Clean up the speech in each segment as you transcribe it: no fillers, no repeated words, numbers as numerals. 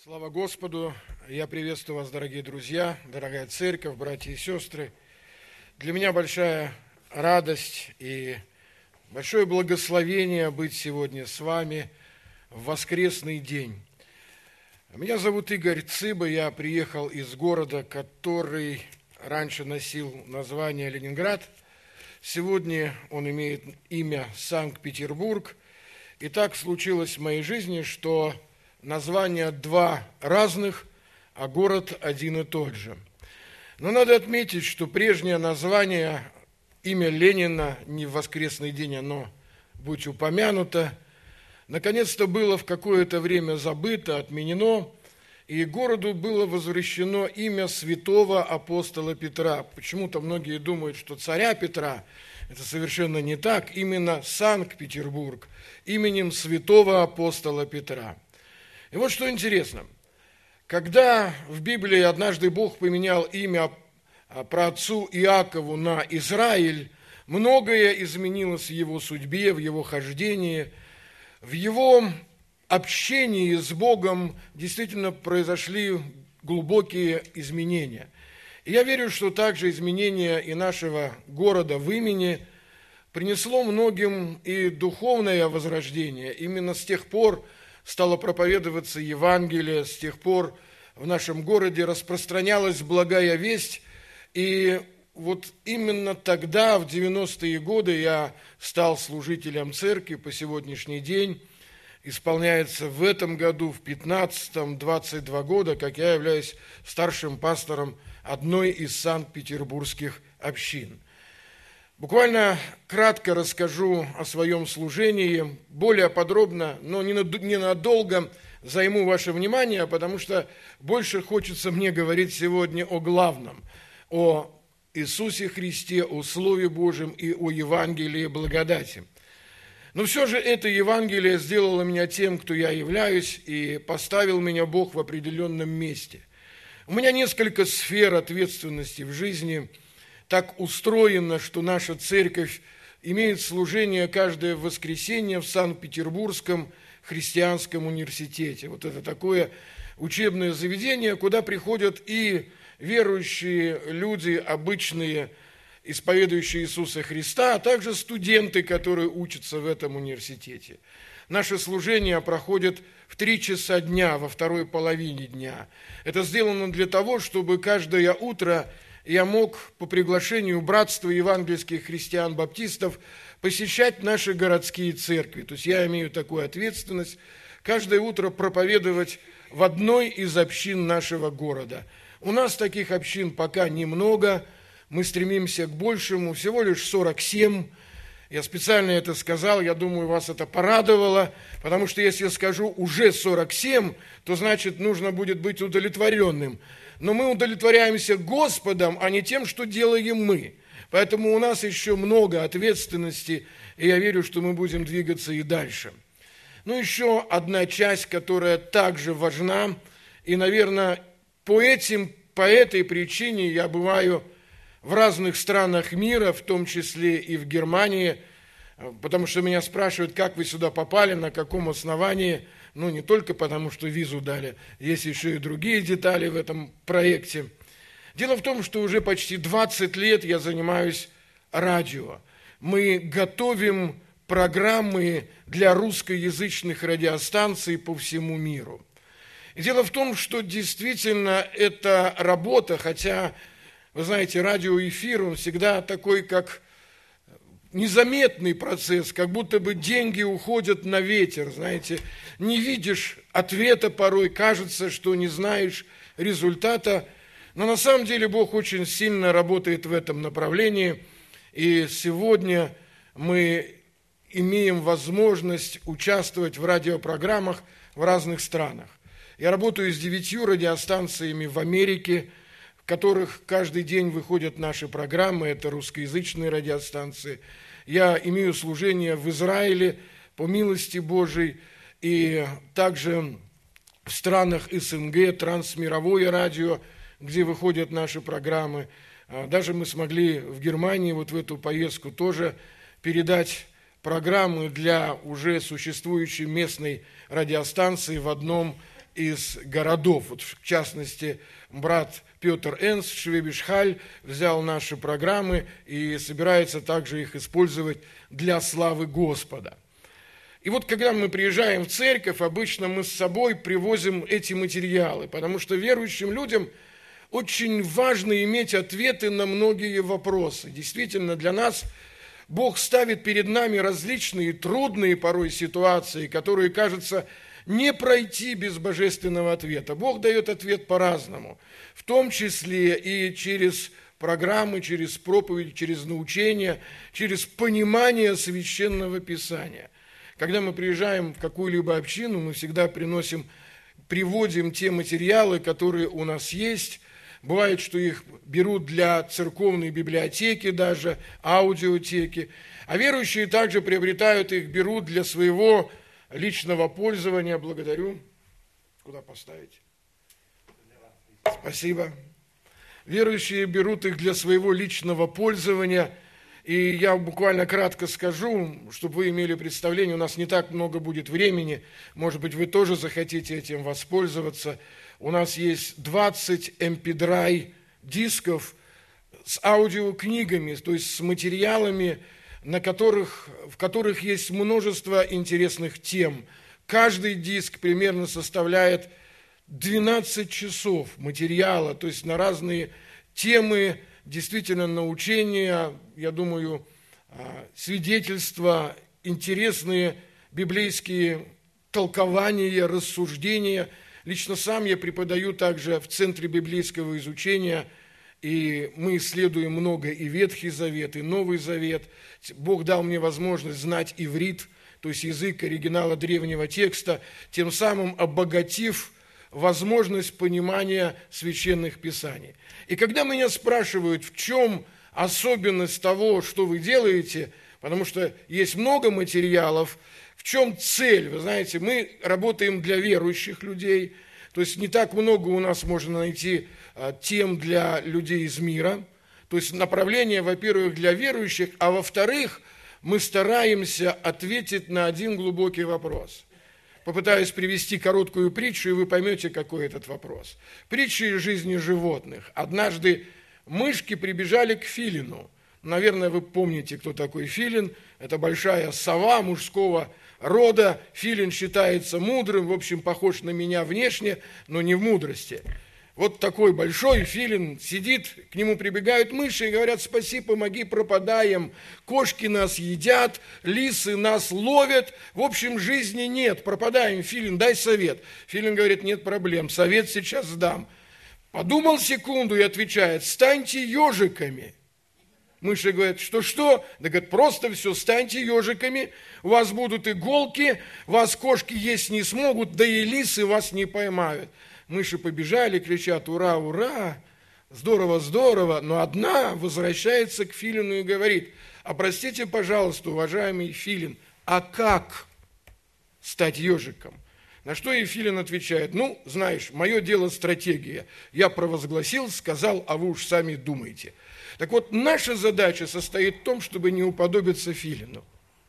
Слава Господу! Я приветствую вас, дорогие друзья, дорогая церковь, братья и сестры. Для меня большая радость и большое благословение быть сегодня с вами в воскресный день. Меня зовут Игорь Цыба, я приехал из города, который раньше носил название Ленинград. Сегодня он имеет имя Санкт-Петербург. И так случилось в моей жизни, что названия два разных, а город один и тот же. Но надо отметить, что прежнее название, имя Ленина, не в воскресный день оно будь упомянуто, наконец-то было в какое-то время забыто, отменено, и городу было возвращено имя святого апостола Петра. Почему-то многие думают, что царя Петра. Это совершенно не так. Именно Санкт-Петербург именем святого апостола Петра. И вот что интересно. Когда в Библии однажды Бог поменял имя праотцу Иакову на Израиль, многое изменилось в его судьбе, в его хождении, в его общении с Богом действительно произошли глубокие изменения. И я верю, что также изменение и нашего города в имени принесло многим и духовное возрождение. Именно с тех пор стало проповедоваться Евангелие, с тех пор в нашем городе распространялась благая весть. И вот именно тогда, в 90-е годы, я стал служителем церкви по сегодняшний день. Исполняется в этом году, в 15-м, 22 года, как я являюсь старшим пастором одной из санкт-петербургских общин. Буквально кратко расскажу о своем служении, более подробно, но ненадолго займу ваше внимание, потому что больше хочется мне говорить сегодня о главном, о Иисусе Христе, о Слове Божьем и о Евангелии благодати. Но все же это Евангелие сделало меня тем, кто я являюсь, и поставил меня Бог в определенном месте. У меня несколько сфер ответственности в жизни. Так устроено, что наша церковь имеет служение каждое воскресенье в Санкт-Петербургском христианском университете. Вот это такое учебное заведение, куда приходят и верующие люди, обычные, исповедующие Иисуса Христа, а также студенты, которые учатся в этом университете. Наше служение проходит в 3 часа дня, во второй половине дня. Это сделано для того, чтобы каждое утро я мог по приглашению Братства евангельских христиан-баптистов посещать наши городские церкви. То есть я имею такую ответственность каждое утро проповедовать в одной из общин нашего города. У нас таких общин пока немного, мы стремимся к большему, всего лишь 47. Я специально это сказал, я думаю, вас это порадовало, потому что если я скажу уже 47, то значит нужно будет быть удовлетворенным. Но мы удовлетворяемся Господом, а не тем, что делаем мы. Поэтому у нас еще много ответственности, и я верю, что мы будем двигаться и дальше. Ну, еще одна часть, которая также важна, и, наверное, по этой причине я бываю в разных странах мира, в том числе и в Германии, потому что меня спрашивают, как вы сюда попали, на каком основании. Ну, не только потому, что визу дали, есть еще и другие детали в этом проекте. Дело в том, что уже почти 20 лет я занимаюсь радио. Мы готовим программы для русскоязычных радиостанций по всему миру. И дело в том, что действительно эта работа, хотя, вы знаете, радиоэфир, он всегда такой, как незаметный процесс, как будто бы деньги уходят на ветер, знаете, не видишь ответа порой, кажется, что не знаешь результата, но на самом деле Бог очень сильно работает в этом направлении, и сегодня мы имеем возможность участвовать в радиопрограммах в разных странах. Я работаю с 9 радиостанциями в Америке, в которых каждый день выходят наши программы, это русскоязычные радиостанции. Я имею служение в Израиле по милости Божией, и также в странах СНГ, трансмировое радио, где выходят наши программы. Даже мы смогли в Германии вот в эту поездку тоже передать программы для уже существующей местной радиостанции в одном из городов. Вот в частности, брат Петр Энс, Швебиш-Халь, взял наши программы и собирается также их использовать для славы Господа. И вот когда мы приезжаем в церковь, обычно мы с собой привозим эти материалы, потому что верующим людям очень важно иметь ответы на многие вопросы. Действительно, для нас Бог ставит перед нами различные трудные порой ситуации, которые, кажется, не пройти без божественного ответа. Бог дает ответ по-разному, в том числе и через программы, через проповедь, через научение, через понимание Священного Писания. Когда мы приезжаем в какую-либо общину, мы всегда приводим те материалы, которые у нас есть. Бывает, что их берут для церковной библиотеки даже, аудиотеки. А верующие также приобретают их, берут для своего личного пользования. Благодарю. Куда поставить? Спасибо. Верующие берут их для своего личного пользования. И я буквально кратко скажу, чтобы вы имели представление, у нас не так много будет времени, может быть, вы тоже захотите этим воспользоваться. У нас есть 20 MP3 дисков с аудиокнигами, то есть с материалами, в которых есть множество интересных тем. Каждый диск примерно составляет 12 часов материала, то есть на разные темы, действительно научения, я думаю, свидетельства, интересные библейские толкования, рассуждения. Лично сам я преподаю также в Центре библейского изучения, и мы исследуем много и Ветхий Завет, и Новый Завет. Бог дал мне возможность знать иврит, то есть язык оригинала древнего текста, тем самым обогатив возможность понимания священных писаний. И когда меня спрашивают, в чем особенность того, что вы делаете, потому что есть много материалов, в чем цель? Вы знаете, мы работаем для верующих людей, то есть не так много у нас можно найти тем для людей из мира, то есть направление, во-первых, для верующих, а во-вторых, мы стараемся ответить на один глубокий вопрос. Попытаюсь привести короткую притчу, и вы поймете, какой этот вопрос. Притча из жизни животных. Однажды мышки прибежали к филину. Наверное, вы помните, кто такой филин. Это большая сова мужского рода. Филин считается мудрым, в общем, похож на меня внешне, но не в мудрости. Вот такой большой филин сидит, к нему прибегают мыши и говорят: спаси, помоги, пропадаем, кошки нас едят, лисы нас ловят, в общем, жизни нет, пропадаем, филин, дай совет. Филин говорит: нет проблем, совет сейчас дам. Подумал секунду и отвечает: станьте ежиками. Мыши говорят: что? Да говорят: просто все, станьте ежиками, у вас будут иголки, вас кошки есть не смогут, да и лисы вас не поймают. Мыши побежали, кричат: ура, ура, здорово, здорово. Но одна возвращается к филину и говорит: а простите, пожалуйста, уважаемый филин, а как стать ежиком? На что ей филин отвечает: ну, знаешь, мое дело стратегия. Я провозгласил, сказал, а вы уж сами думаете. Так вот, наша задача состоит в том, чтобы не уподобиться филину,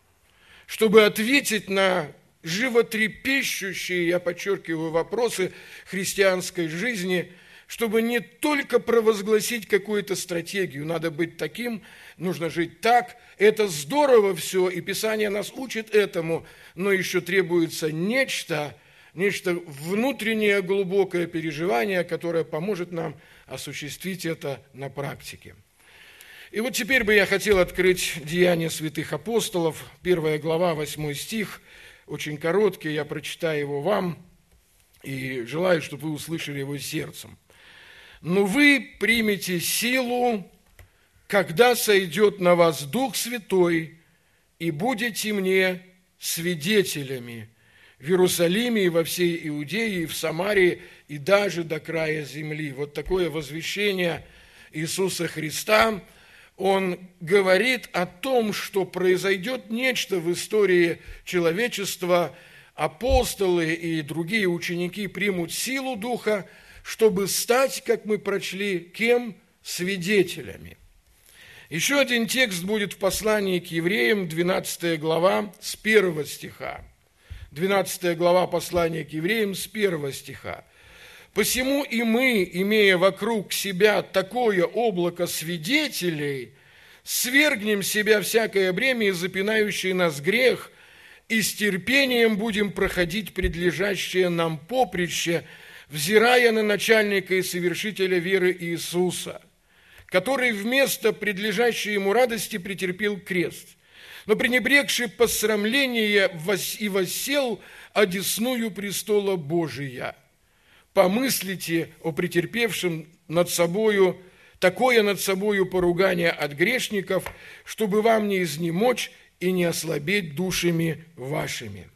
чтобы ответить на животрепещущие, я подчеркиваю, вопросы христианской жизни, чтобы не только провозгласить какую-то стратегию, надо быть таким, нужно жить так, это здорово все, и Писание нас учит этому, но еще требуется нечто внутреннее глубокое переживание, которое поможет нам осуществить это на практике. И вот теперь бы я хотел открыть Деяния святых апостолов, 1 глава, 8 стих, очень короткий, я прочитаю его вам, и желаю, чтобы вы услышали его сердцем. «Но вы примете силу, когда сойдет на вас Дух Святой, и будете мне свидетелями в Иерусалиме и во всей Иудее, и в Самарии, и даже до края земли». Вот такое возвещение Иисуса Христа. Он говорит о том, что произойдет нечто в истории человечества. Апостолы и другие ученики примут силу Духа, чтобы стать, как мы прочли, кем? Свидетелями. Еще один текст будет в послании к евреям, 12 глава, с 1 стиха. 12 глава послания к евреям с 1 стиха. «Посему и мы, имея вокруг себя такое облако свидетелей, свергнем с себя всякое бремя и запинающий нас грех, и с терпением будем проходить предлежащее нам поприще, взирая на начальника и совершителя веры Иисуса, который вместо предлежащей ему радости претерпел крест, но пренебрегший посрамление и воссел одесную престола Божия. Помыслите о претерпевшем такое над собою поругание от грешников, чтобы вам не изнемочь и не ослабеть душами вашими».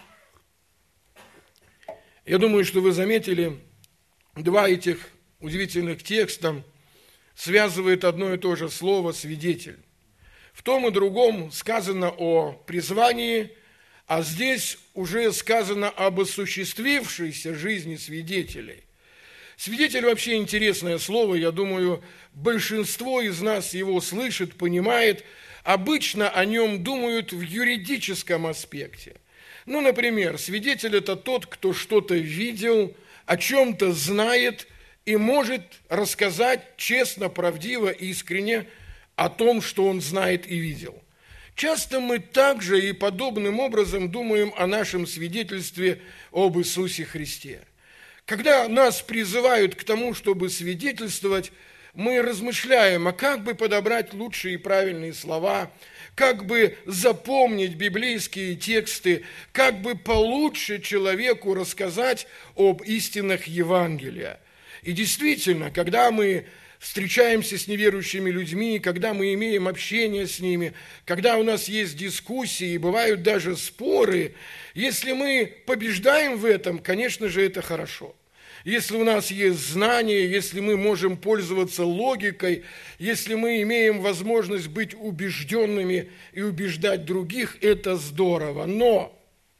Я думаю, что вы заметили, два этих удивительных текста связывает одно и то же слово «свидетель». В том и другом сказано о призвании, а здесь уже сказано об осуществившейся жизни свидетелей. Свидетель вообще интересное слово, я думаю, большинство из нас его слышит, понимает, обычно о нем думают в юридическом аспекте. Ну, например, свидетель – это тот, кто что-то видел, о чем-то знает и может рассказать честно, правдиво, искренне о том, что он знает и видел. Часто мы также и подобным образом думаем о нашем свидетельстве об Иисусе Христе. Когда нас призывают к тому, чтобы свидетельствовать, мы размышляем, а как бы подобрать лучшие и правильные слова, как бы запомнить библейские тексты, как бы получше человеку рассказать об истинах Евангелия. И действительно, когда мы встречаемся с неверующими людьми, когда мы имеем общение с ними, когда у нас есть дискуссии, бывают даже споры, если мы побеждаем в этом, конечно же, это хорошо. Если у нас есть знания, если мы можем пользоваться логикой, если мы имеем возможность быть убежденными и убеждать других, это здорово. Но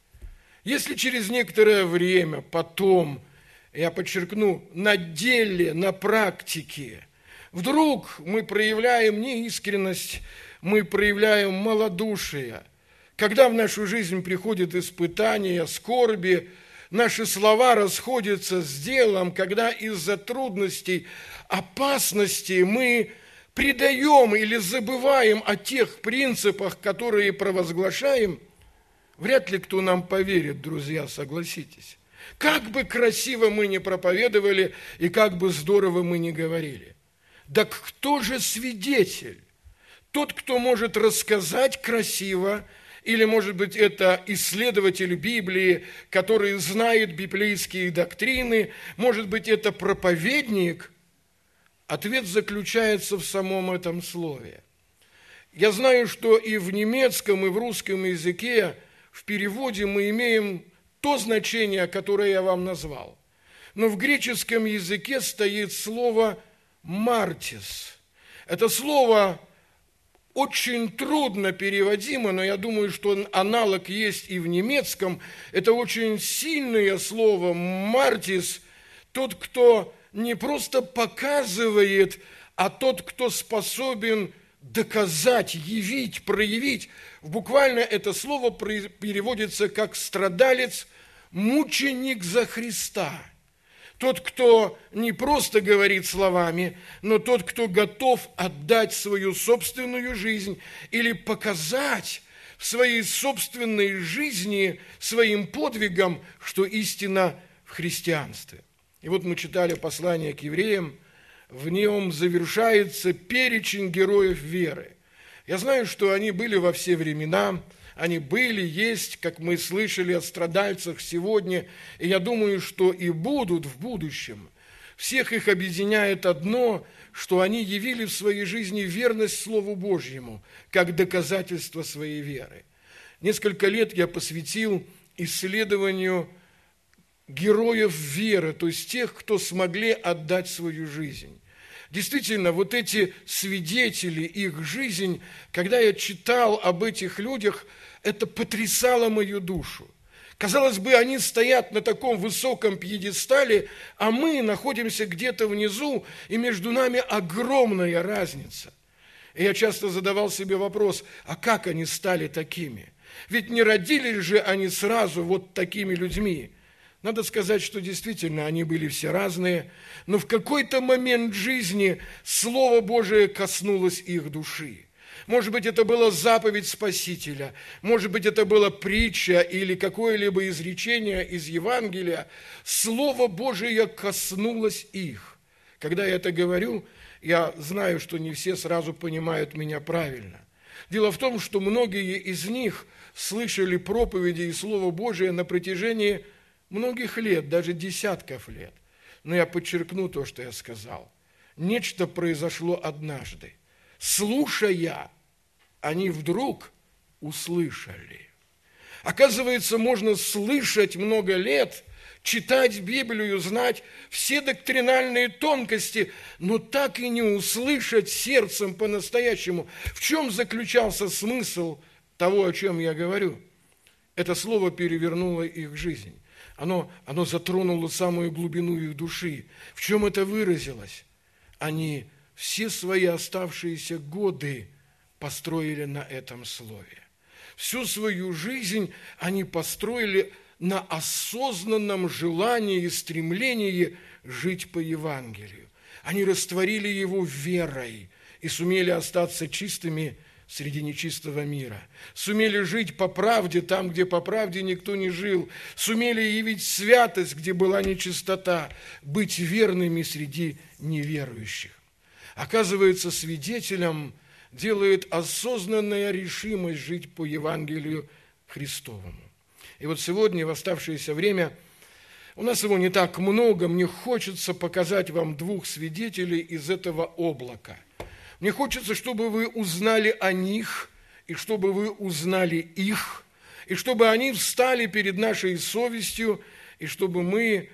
если через некоторое время, потом, я подчеркну, на деле, на практике, вдруг мы проявляем неискренность, мы проявляем малодушие, когда в нашу жизнь приходят испытания, скорби, наши слова расходятся с делом, когда из-за трудностей, опасностей мы предаем или забываем о тех принципах, которые провозглашаем, вряд ли кто нам поверит, друзья, согласитесь. Как бы красиво мы ни проповедовали и как бы здорово мы ни говорили. Так кто же свидетель? Тот, кто может рассказать красиво, или, может быть, это исследователь Библии, который знает библейские доктрины, может быть, это проповедник. Ответ заключается в самом этом слове. Я знаю, что и в немецком, и в русском языке в переводе мы имеем то значение, которое я вам назвал. Но в греческом языке стоит слово «мартис». Это слово очень трудно переводимо, но я думаю, что аналог есть и в немецком. Это очень сильное слово «мартис», тот, кто не просто показывает, а тот, кто способен доказать, явить, проявить. Буквально это слово переводится как «страдалец», «мученик за Христа». Тот, кто не просто говорит словами, но тот, кто готов отдать свою собственную жизнь или показать в своей собственной жизни, своим подвигом, что истина в христианстве. И вот мы читали послание к евреям, в нем завершается перечень героев веры. Я знаю, что они были во все времена, они были, есть, как мы слышали о страдальцах сегодня, и я думаю, что и будут в будущем. Всех их объединяет одно, что они явили в своей жизни верность Слову Божьему, как доказательство своей веры. Несколько лет я посвятил исследованию героев веры, то есть тех, кто смогли отдать свою жизнь. Действительно, вот эти свидетели, их жизнь, когда я читал об этих людях, это потрясало мою душу. Казалось бы, они стоят на таком высоком пьедестале, а мы находимся где-то внизу, и между нами огромная разница. И я часто задавал себе вопрос, а как они стали такими? Ведь не родились же они сразу вот такими людьми. Надо сказать, что действительно они были все разные, но в какой-то момент жизни Слово Божие коснулось их души. Может быть, это была заповедь Спасителя, может быть, это была притча или какое-либо изречение из Евангелия. Слово Божие коснулось их. Когда я это говорю, я знаю, что не все сразу понимают меня правильно. Дело в том, что многие из них слышали проповеди и Слово Божие на протяжении многих лет, даже десятков лет. Но я подчеркну то, что я сказал. Нечто произошло однажды. Слушая, они вдруг услышали. Оказывается, можно слышать много лет, читать Библию, знать все доктринальные тонкости, но так и не услышать сердцем по-настоящему. В чем заключался смысл того, о чем я говорю? Это слово перевернуло их жизнь. Оно затронуло самую глубину их души. В чем это выразилось? Они все свои оставшиеся годы построили на этом слове. Всю свою жизнь они построили на осознанном желании и стремлении жить по Евангелию. Они растворили его верой и сумели остаться чистыми среди нечистого мира. Сумели жить по правде там, где по правде никто не жил. Сумели явить святость, где была нечистота, быть верными среди неверующих. Оказывается, свидетелем делает осознанная решимость жить по Евангелию Христовому. И вот сегодня, в оставшееся время, у нас его не так много, мне хочется показать вам двух свидетелей из этого облака. Мне хочется, чтобы вы узнали о них, и чтобы вы узнали их, и чтобы они встали перед нашей совестью, и чтобы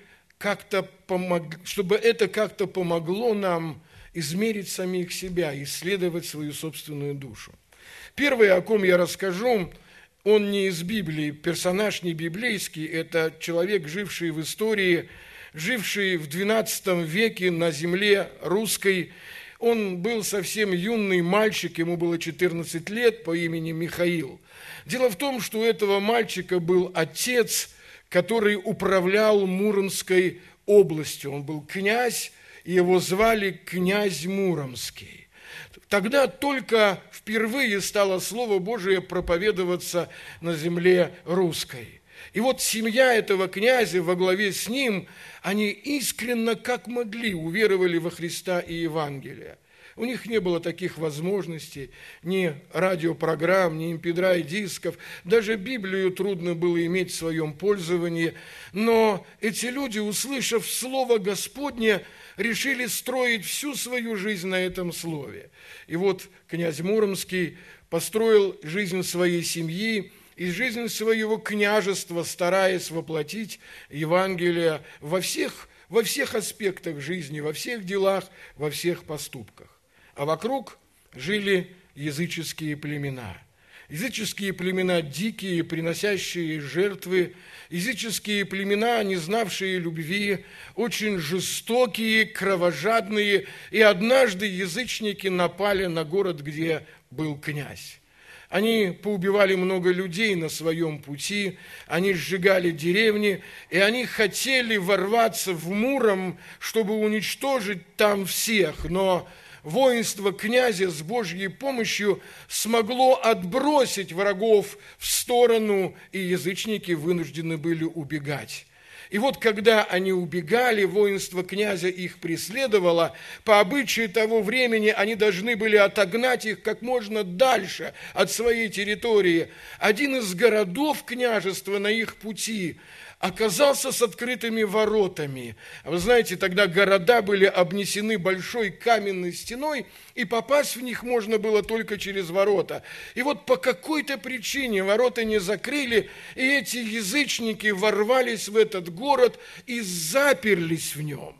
чтобы это как-то помогло нам измерить самих себя, исследовать свою собственную душу. Первое, о ком я расскажу, он не из Библии, персонаж не библейский, это человек, живший в истории, живший в XII веке на земле русской. Он был совсем юный мальчик, ему было 14 лет, по имени Михаил. Дело в том, что у этого мальчика был отец, который управлял Муромской областью. Он был князь, и его звали князь Муромский. Тогда только впервые стало Слово Божие проповедоваться на земле русской. И вот семья этого князя во главе с ним, они искренне, как могли, уверовали во Христа и Евангелие. У них не было таких возможностей, ни радиопрограмм, ни MP3 дисков, даже Библию трудно было иметь в своем пользовании. Но эти люди, услышав Слово Господне, решили строить всю свою жизнь на этом слове. И вот князь Муромский построил жизнь своей семьи и жизнь своего княжества, стараясь воплотить Евангелие во всех аспектах жизни, во всех делах, во всех поступках. А вокруг жили языческие племена. Языческие племена дикие, приносящие жертвы, языческие племена, не знавшие любви, очень жестокие, кровожадные. И однажды язычники напали на город, где был князь. Они поубивали много людей на своем пути, они сжигали деревни, и они хотели ворваться в Муром, чтобы уничтожить там всех, но воинство князя с Божьей помощью смогло отбросить врагов в сторону, и язычники вынуждены были убегать. И вот когда они убегали, воинство князя их преследовало, по обычаю того времени они должны были отогнать их как можно дальше от своей территории. Один из городов княжества на их пути оказался с открытыми воротами. Вы знаете, тогда города были обнесены большой каменной стеной, и попасть в них можно было только через ворота. И вот по какой-то причине ворота не закрыли, и эти язычники ворвались в этот город и заперлись в нем.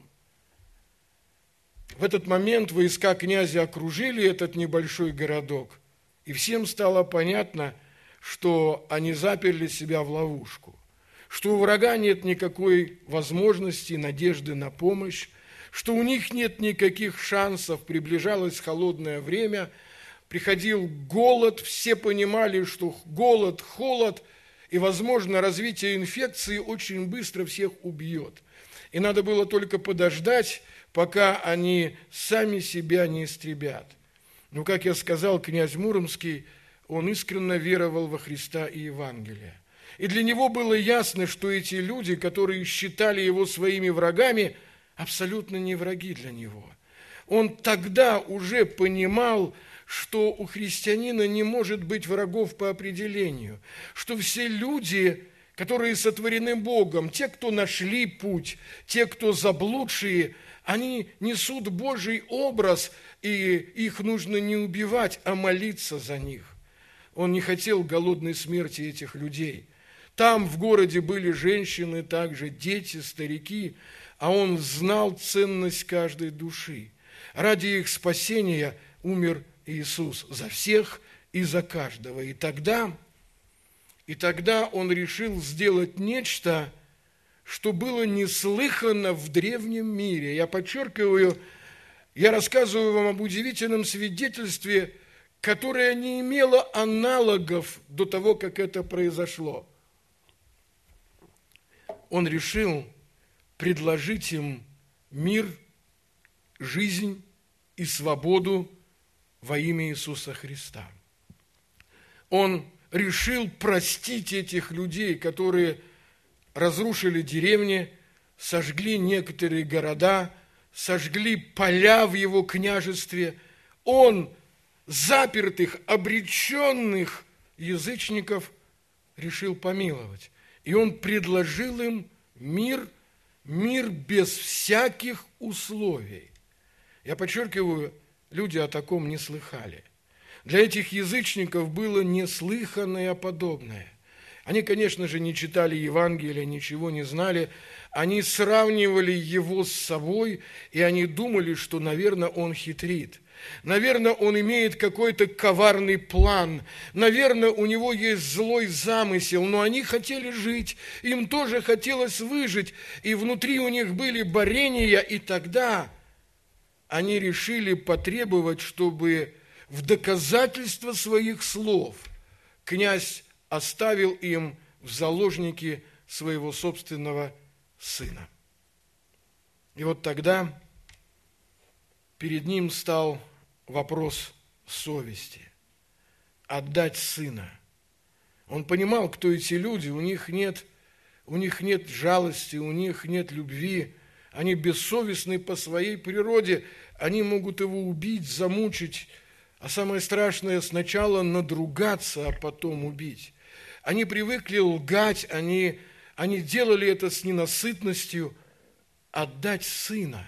В этот момент войска князя окружили этот небольшой городок, и всем стало понятно, что они заперли себя в ловушку, что у врага нет никакой возможности, надежды на помощь, что у них нет никаких шансов, приближалось холодное время, приходил голод, все понимали, что голод, холод и, возможно, развитие инфекции очень быстро всех убьет. И надо было только подождать, пока они сами себя не истребят. Но, как я сказал, князь Муромский, он искренне веровал во Христа и Евангелие. И для него было ясно, что эти люди, которые считали его своими врагами, абсолютно не враги для него. Он тогда уже понимал, что у христианина не может быть врагов по определению, что все люди, которые сотворены Богом, те, кто нашли путь, те, кто заблудшие, они несут Божий образ, и их нужно не убивать, а молиться за них. Он не хотел голодной смерти этих людей. Там в городе были женщины, также дети, старики, а он знал ценность каждой души. Ради их спасения умер Иисус за всех и за каждого. И тогда он решил сделать нечто, что было неслыханно в древнем мире. Я подчеркиваю, я рассказываю вам об удивительном свидетельстве, которое не имело аналогов до того, как это произошло. Он решил предложить им мир, жизнь и свободу во имя Иисуса Христа. Он решил простить этих людей, которые разрушили деревни, сожгли некоторые города, сожгли поля в его княжестве. Он запертых, обреченных язычников решил помиловать. И он предложил им мир без всяких условий. Я подчеркиваю, люди о таком не слыхали. Для этих язычников было неслыханное подобное. Они, конечно же, не читали Евангелия, ничего не знали. Они сравнивали его с собой, и они думали, что, наверное, он хитрит. Наверное, он имеет какой-то коварный план. Наверное, у него есть злой замысел. Но они хотели жить, им тоже хотелось выжить. И внутри у них были борения, и тогда они решили потребовать, чтобы в доказательство своих слов князь оставил им в заложники своего собственного сына. И вот тогда перед ним стал вопрос совести. Отдать сына. Он понимал, кто эти люди, у них нет жалости, у них нет любви, они бессовестны по своей природе, они могут его убить, замучить, а самое страшное, сначала надругаться, а потом убить. Они привыкли лгать, они делали это с ненасытностью. Отдать сына.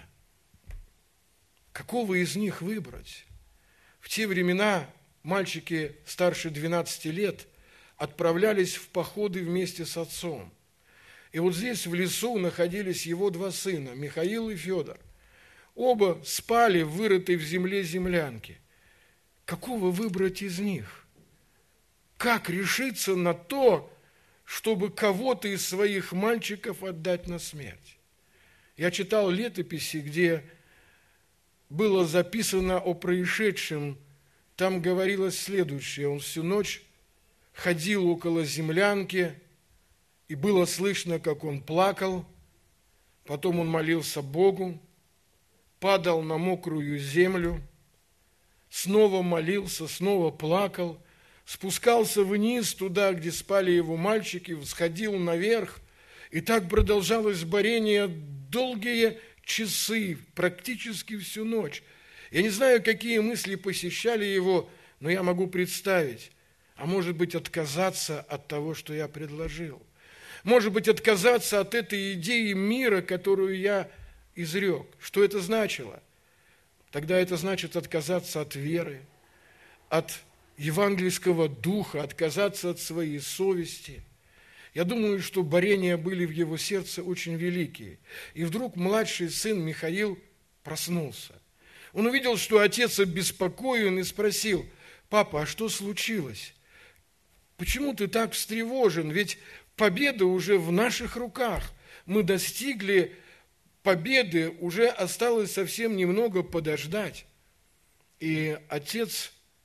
Какого из них выбрать? В те времена мальчики старше 12 лет отправлялись в походы вместе с отцом. И вот здесь в лесу находились его два сына, Михаил и Федор. Оба спали в вырытой в земле землянке. Какого выбрать из них? Как решиться на то, чтобы кого-то из своих мальчиков отдать на смерть? Я читал летописи, где было записано о происшедшем. Там говорилось следующее. Он всю ночь ходил около землянки, и было слышно, как он плакал. Потом он молился Богу, падал на мокрую землю, снова молился, снова плакал, спускался вниз туда, где спали его мальчики, всходил наверх. И так продолжалось борение долгие часы, практически всю ночь. Я не знаю, какие мысли посещали его, но я могу представить, а может быть, отказаться от того, что я предложил. Может быть, отказаться от этой идеи мира, которую я изрек. Что это значило? Тогда это значит отказаться от веры, от евангельского духа, отказаться от своей совести. Я думаю, что борения были в его сердце очень великие. И вдруг младший сын Михаил проснулся. Он увидел, что отец обеспокоен, и спросил: «Папа, а что случилось? Почему ты так встревожен? Ведь победа уже в наших руках. Мы достигли победы, уже осталось совсем немного подождать». И отец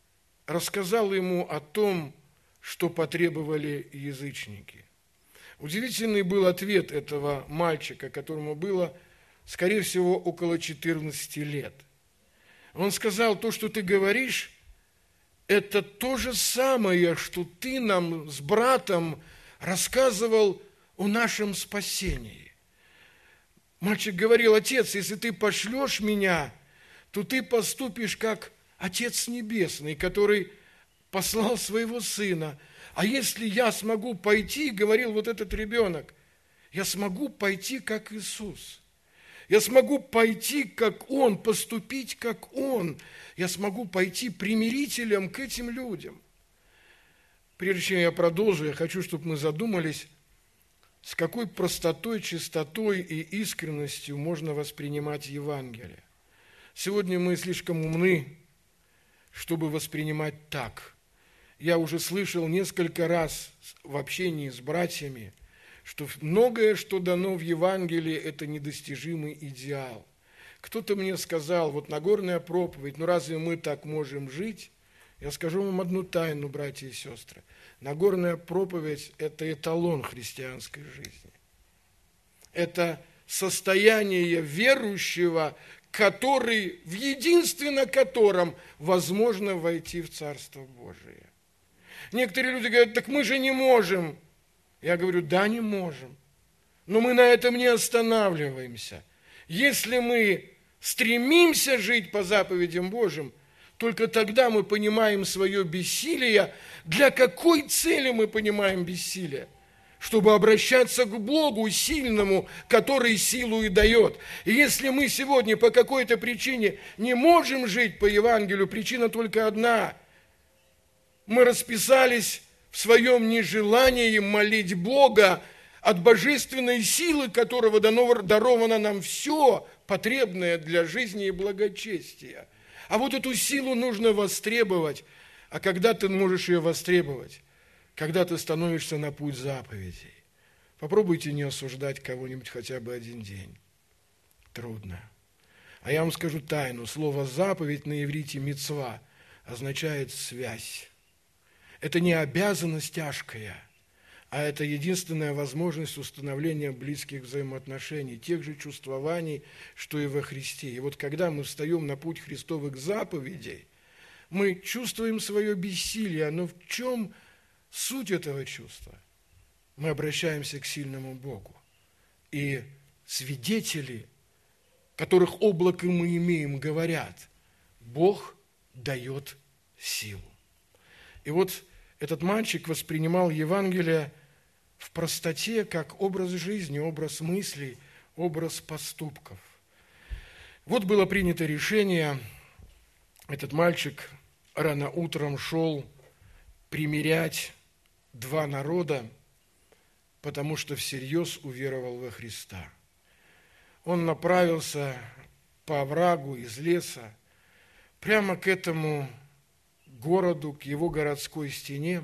рассказал ему о том, что потребовали язычники. Удивительный был ответ этого мальчика, которому было, скорее всего, около 14 лет. Он сказал: то, что ты говоришь, это то же самое, что ты нам с братом рассказывал о нашем спасении. Мальчик говорил: отец, если ты пошлешь меня, то ты поступишь как Отец Небесный, который послал своего сына. А если я смогу пойти, говорил вот этот ребенок, я смогу пойти, как Иисус. Я смогу пойти, как Он, поступить, как Он. Я смогу пойти примирителем к этим людям. Прежде чем я продолжу, я хочу, чтобы мы задумались, с какой простотой, чистотой и искренностью можно воспринимать Евангелие. Сегодня мы слишком умны, чтобы воспринимать так. Я уже слышал несколько раз в общении с братьями, что многое, что дано в Евангелии, это недостижимый идеал. Кто-то мне сказал: вот Нагорная проповедь, ну разве мы так можем жить? Я скажу вам одну тайну, братья и сестры. Нагорная проповедь – это эталон христианской жизни. Это состояние верующего, который, в единственно котором возможно войти в Царство Божие. Некоторые люди говорят: так мы же не можем. Я говорю: да, не можем. Но мы на этом не останавливаемся. Если мы стремимся жить по заповедям Божьим, только тогда мы понимаем свое бессилие. Для какой цели мы понимаем бессилие? Чтобы обращаться к Богу сильному, который силу и дает. И если мы сегодня по какой-то причине не можем жить по Евангелию, причина только одна. Мы расписались в своем нежелании молить Бога, от божественной силы которого даровано нам все потребное для жизни и благочестия. А вот эту силу нужно востребовать. А когда ты можешь ее востребовать? Когда ты становишься на путь заповедей. Попробуйте не осуждать кого-нибудь хотя бы один день. Трудно. А я вам скажу тайну. Слово «заповедь» на иврите «мицва» означает «связь». Это не обязанность тяжкая, а это единственная возможность установления близких взаимоотношений, тех же чувствований, что и во Христе. И вот когда мы встаем на путь Христовых заповедей, мы чувствуем свое бессилие. Но в чем суть этого чувства? Мы обращаемся к сильному Богу. И свидетели, которых облако мы имеем, говорят: Бог дает силу. И вот этот мальчик воспринимал Евангелие в простоте как образ жизни, образ мыслей, образ поступков. Вот было принято решение. Этот мальчик рано утром шел примирять два народа, потому что всерьез уверовал во Христа. Он направился по оврагу из леса прямо к этому городу, к его городской стене.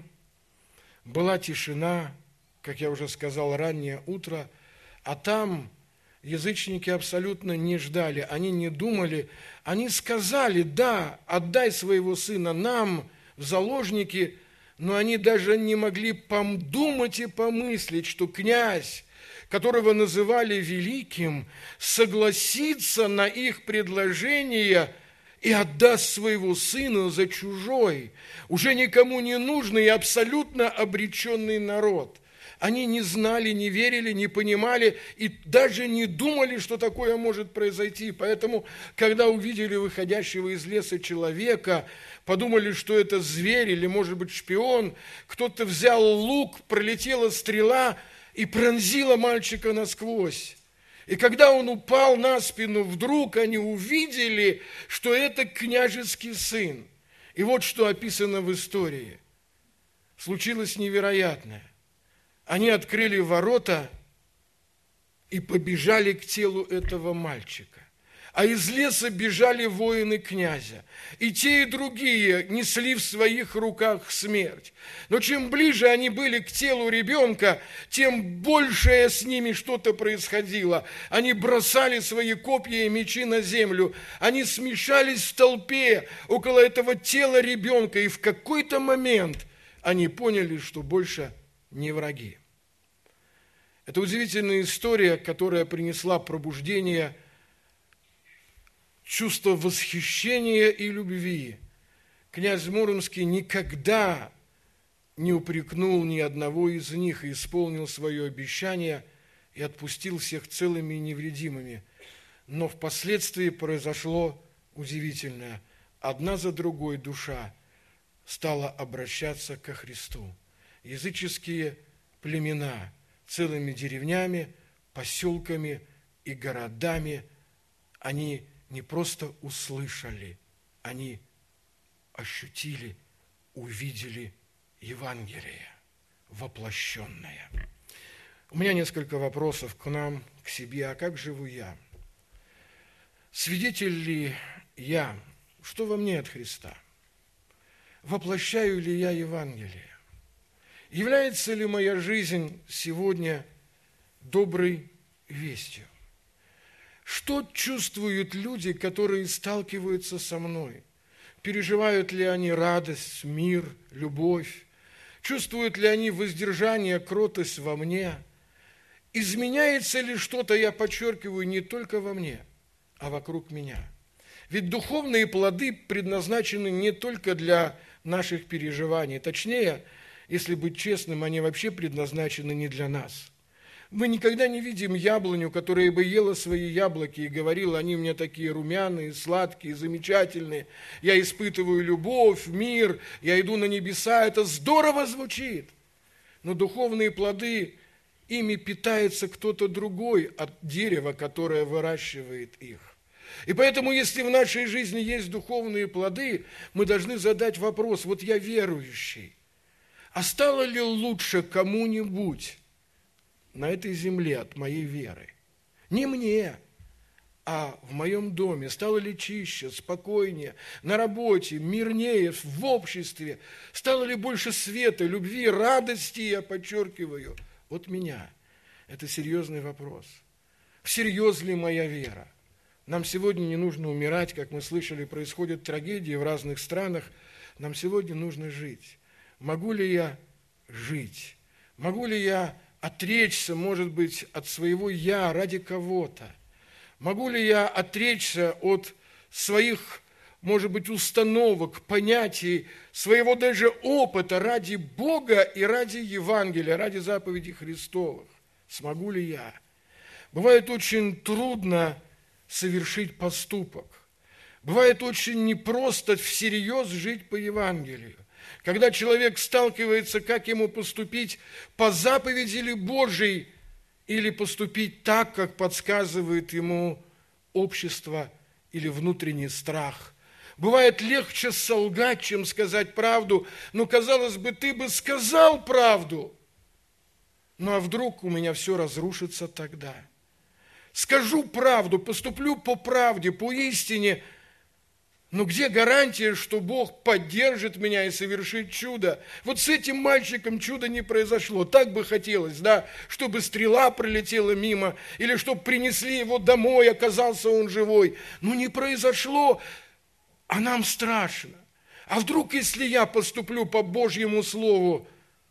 Была тишина, как я уже сказал, раннее утро, а там язычники абсолютно не ждали, они не думали, они сказали: да, отдай своего сына нам в заложники, но они даже не могли подумать и помыслить, что князь, которого называли великим, согласится на их предложение и отдаст своего сына за чужой, уже никому не нужный и абсолютно обреченный народ. Они не знали, не верили, не понимали и даже не думали, что такое может произойти. Поэтому, когда увидели выходящего из леса человека, подумали, что это зверь или, может быть, шпион, кто-то взял лук, пролетела стрела и пронзила мальчика насквозь. И когда он упал на спину, вдруг они увидели, что это княжеский сын. И вот что описано в истории. Случилось невероятное. Они открыли ворота и побежали к телу этого мальчика. а из леса бежали воины князя. И те, и другие несли в своих руках смерть. Но чем ближе они были к телу ребенка, тем большее с ними что-то происходило. Они бросали свои копья и мечи на землю. Они смешались в толпе около этого тела ребенка. И в какой-то момент они поняли, что больше не враги. Это удивительная история, которая принесла пробуждение чувство восхищения и любви. Князь Муромский никогда не упрекнул ни одного из них и исполнил свое обещание и отпустил всех целыми и невредимыми. Но впоследствии произошло удивительное. Одна за другой душа стала обращаться ко Христу. Языческие племена целыми деревнями, поселками и городами, они не просто услышали, они ощутили, увидели Евангелие воплощенное. У меня несколько вопросов к нам, к себе. А как живу я? Свидетель ли я, что во мне от Христа? Воплощаю ли я Евангелие? Является ли моя жизнь сегодня доброй вестью? Что чувствуют люди, которые сталкиваются со мной? Переживают ли они радость, мир, любовь? Чувствуют ли они воздержание, кротость во мне? Изменяется ли что-то, я подчеркиваю, не только во мне, а вокруг меня? Ведь духовные плоды предназначены не только для наших переживаний. Точнее, если быть честным, они вообще предназначены не для нас. Мы никогда не видим яблоню, которая бы ела свои яблоки и говорила: они у меня такие румяные, сладкие, замечательные, я испытываю любовь, мир, я иду на небеса. Это здорово звучит, но духовные плоды, ими питается кто-то другой от дерева, которое выращивает их. И поэтому, если в нашей жизни есть духовные плоды, мы должны задать вопрос: вот я верующий, а стало ли лучше кому-нибудь на этой земле от моей веры? Не мне, а в моем доме. Стало ли чище, спокойнее, на работе, мирнее, в обществе? Стало ли больше света, любви, радости, я подчеркиваю, от меня? Это серьезный вопрос. Всерьез ли моя вера? Нам сегодня не нужно умирать, как мы слышали, происходят трагедии в разных странах. Нам сегодня нужно жить. Могу ли я жить? Могу ли я отречься, может быть, от своего «я» ради кого-то? Могу ли я отречься от своих, может быть, установок, понятий, своего даже опыта ради Бога и ради Евангелия, ради заповедей Христовых? Смогу ли я? Бывает очень трудно совершить поступок. Бывает очень непросто всерьез жить по Евангелию. Когда человек сталкивается, как ему поступить по заповеди ли Божией, или поступить так, как подсказывает ему общество или внутренний страх. Бывает легче солгать, чем сказать правду, но, казалось бы, ты бы сказал правду. Ну, а вдруг у меня все разрушится тогда? Скажу правду, поступлю по правде, по истине, но где гарантия, что Бог поддержит меня и совершит чудо? Вот с этим мальчиком чудо не произошло. Так бы хотелось, да, чтобы стрела пролетела мимо, или чтобы принесли его домой, оказался он живой. Но не произошло, а нам страшно. А вдруг, если я поступлю по Божьему Слову,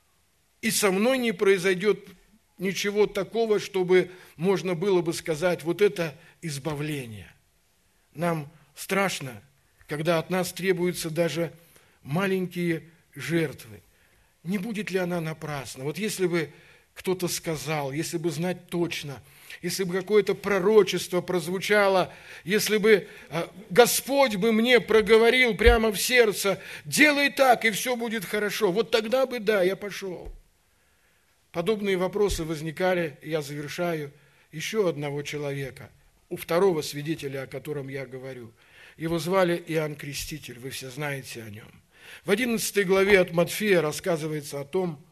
и со мной не произойдет ничего такого, чтобы можно было бы сказать, вот это избавление. Нам страшно, когда от нас требуются даже маленькие жертвы. Не будет ли она напрасна? Вот если бы кто-то сказал, если бы знать точно, если бы какое-то пророчество прозвучало, если бы Господь бы мне проговорил прямо в сердце: делай так, и все будет хорошо, вот тогда бы да, я пошел. Подобные вопросы возникали, я завершаю, еще одного человека, у второго свидетеля, о котором я говорю. Его звали Иоанн Креститель, вы все знаете о нем. В 11 главе от Матфея рассказывается о том,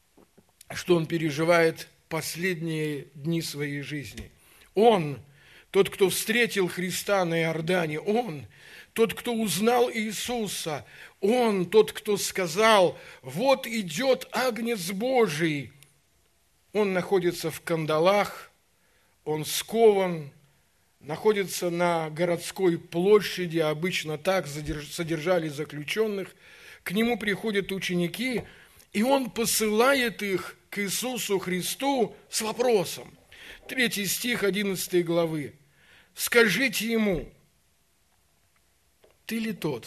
что он переживает последние дни своей жизни. Он, тот, кто встретил Христа на Иордане, он. Тот, кто узнал Иисуса, он. Тот, кто сказал: вот идет Агнец Божий. Он находится в кандалах, он скован, находится на городской площади, обычно так содержали заключенных. К нему приходят ученики, и он посылает их к Иисусу Христу с вопросом. 3 стих 11 главы. «Скажите ему, ты ли тот,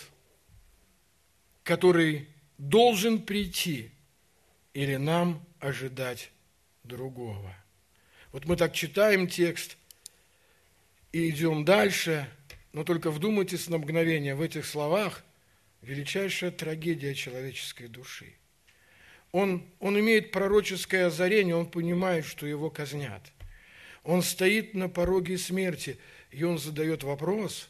который должен прийти, или нам ожидать другого?» Вот мы так читаем текст и идем дальше, но только вдумайтесь на мгновение, в этих словах величайшая трагедия человеческой души. Он имеет пророческое озарение, он понимает, что его казнят. Он стоит на пороге смерти, и он задает вопрос,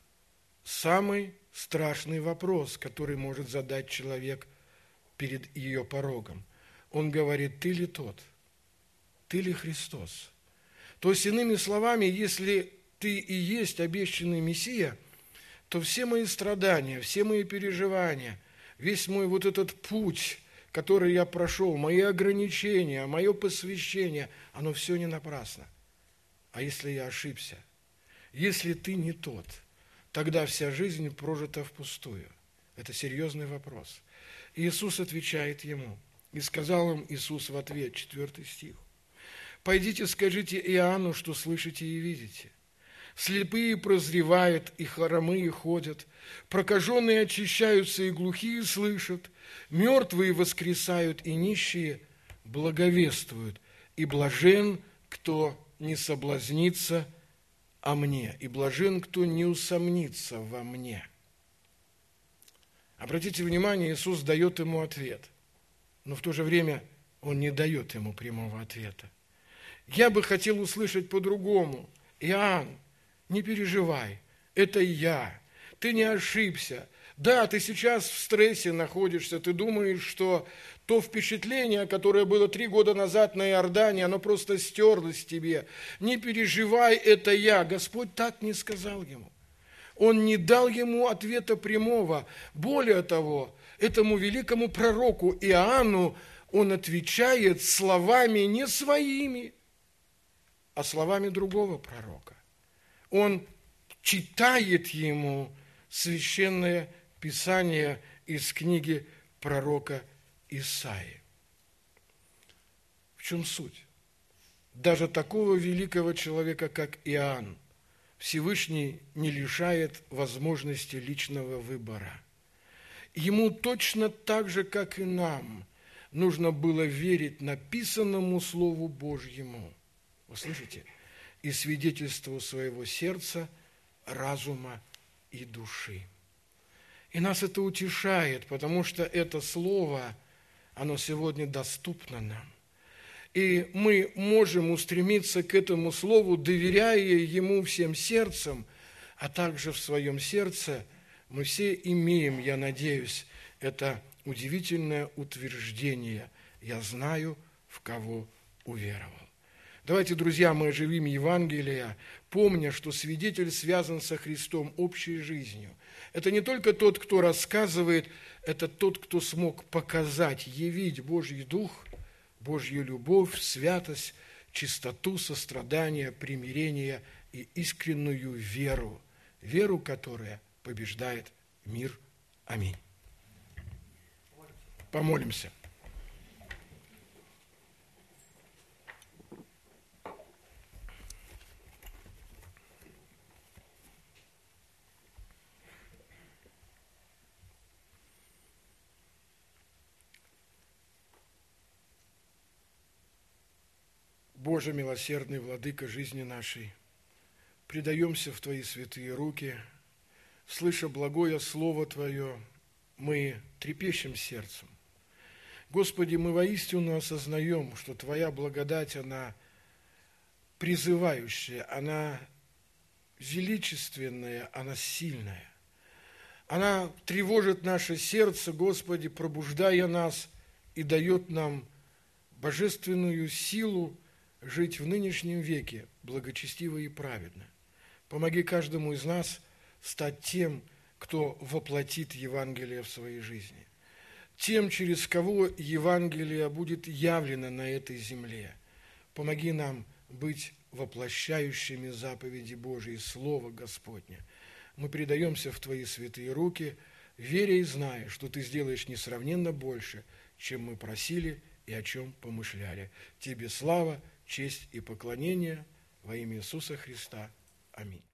самый страшный вопрос, который может задать человек перед ее порогом. Он говорит: ты ли тот? Ты ли Христос? То есть, иными словами, если ты и есть обещанный Мессия, то все мои страдания, все мои переживания, весь мой вот этот путь, который я прошел, мои ограничения, мое посвящение, оно все не напрасно. А если я ошибся? Если ты не тот, тогда вся жизнь прожита впустую. Это серьезный вопрос. И Иисус отвечает ему. И сказал им Иисус в ответ, 4 стих: «Пойдите, скажите Иоанну, что слышите и видите. Слепые прозревают, и хромые ходят, прокаженные очищаются, и глухие слышат, мертвые воскресают, и нищие благовествуют. И блажен, кто не соблазнится о мне, и блажен, кто не усомнится во мне». Обратите внимание, Иисус дает ему ответ, но в то же время Он не дает ему прямого ответа. Я бы хотел услышать по-другому: Иоанн, не переживай, это я, ты не ошибся. Да, ты сейчас в стрессе находишься, ты думаешь, что то впечатление, которое было 3 года назад на Иордане, оно просто стерлось тебе. Не переживай, это я. Господь так не сказал ему. Он не дал ему ответа прямого. Более того, этому великому пророку Иоанну он отвечает словами не своими, а словами другого пророка. Он читает ему священное Писание из книги пророка Исаии. В чем суть? Даже такого великого человека, как Иоанн, Всевышний не лишает возможности личного выбора. Ему точно так же, как и нам, нужно было верить написанному Слову Божьему. Вы слышите? И свидетельству своего сердца, разума и души. И нас это утешает, потому что это Слово, оно сегодня доступно нам. И мы можем устремиться к этому Слову, доверяя Ему всем сердцем, а также в своем сердце мы все имеем, я надеюсь, это удивительное утверждение: «Я знаю, в кого уверовал». Давайте, друзья, мы оживим Евангелие, помня, что свидетель связан со Христом общей жизнью. Это не только тот, кто рассказывает, это тот, кто смог показать, явить Божий Дух, Божью любовь, святость, чистоту, сострадание, примирение и искреннюю веру, веру, которая побеждает мир. Аминь. Помолимся. Боже милосердный, владыка жизни нашей, предаемся в Твои святые руки, слыша благое Слово Твое, мы трепещем сердцем. Господи, мы воистину осознаем, что Твоя благодать, она призывающая, она величественная, она сильная. Она тревожит наше сердце, Господи, пробуждая нас и дает нам божественную силу жить в нынешнем веке благочестиво и праведно. Помоги каждому из нас стать тем, кто воплотит Евангелие в своей жизни, тем, через кого Евангелие будет явлено на этой земле. Помоги нам быть воплощающими заповеди Божьей, Слово Господне. Мы предаемся в Твои святые руки, веря и зная, что Ты сделаешь несравненно больше, чем мы просили и о чем помышляли. Тебе слава, честь и поклонение во имя Иисуса Христа. Аминь.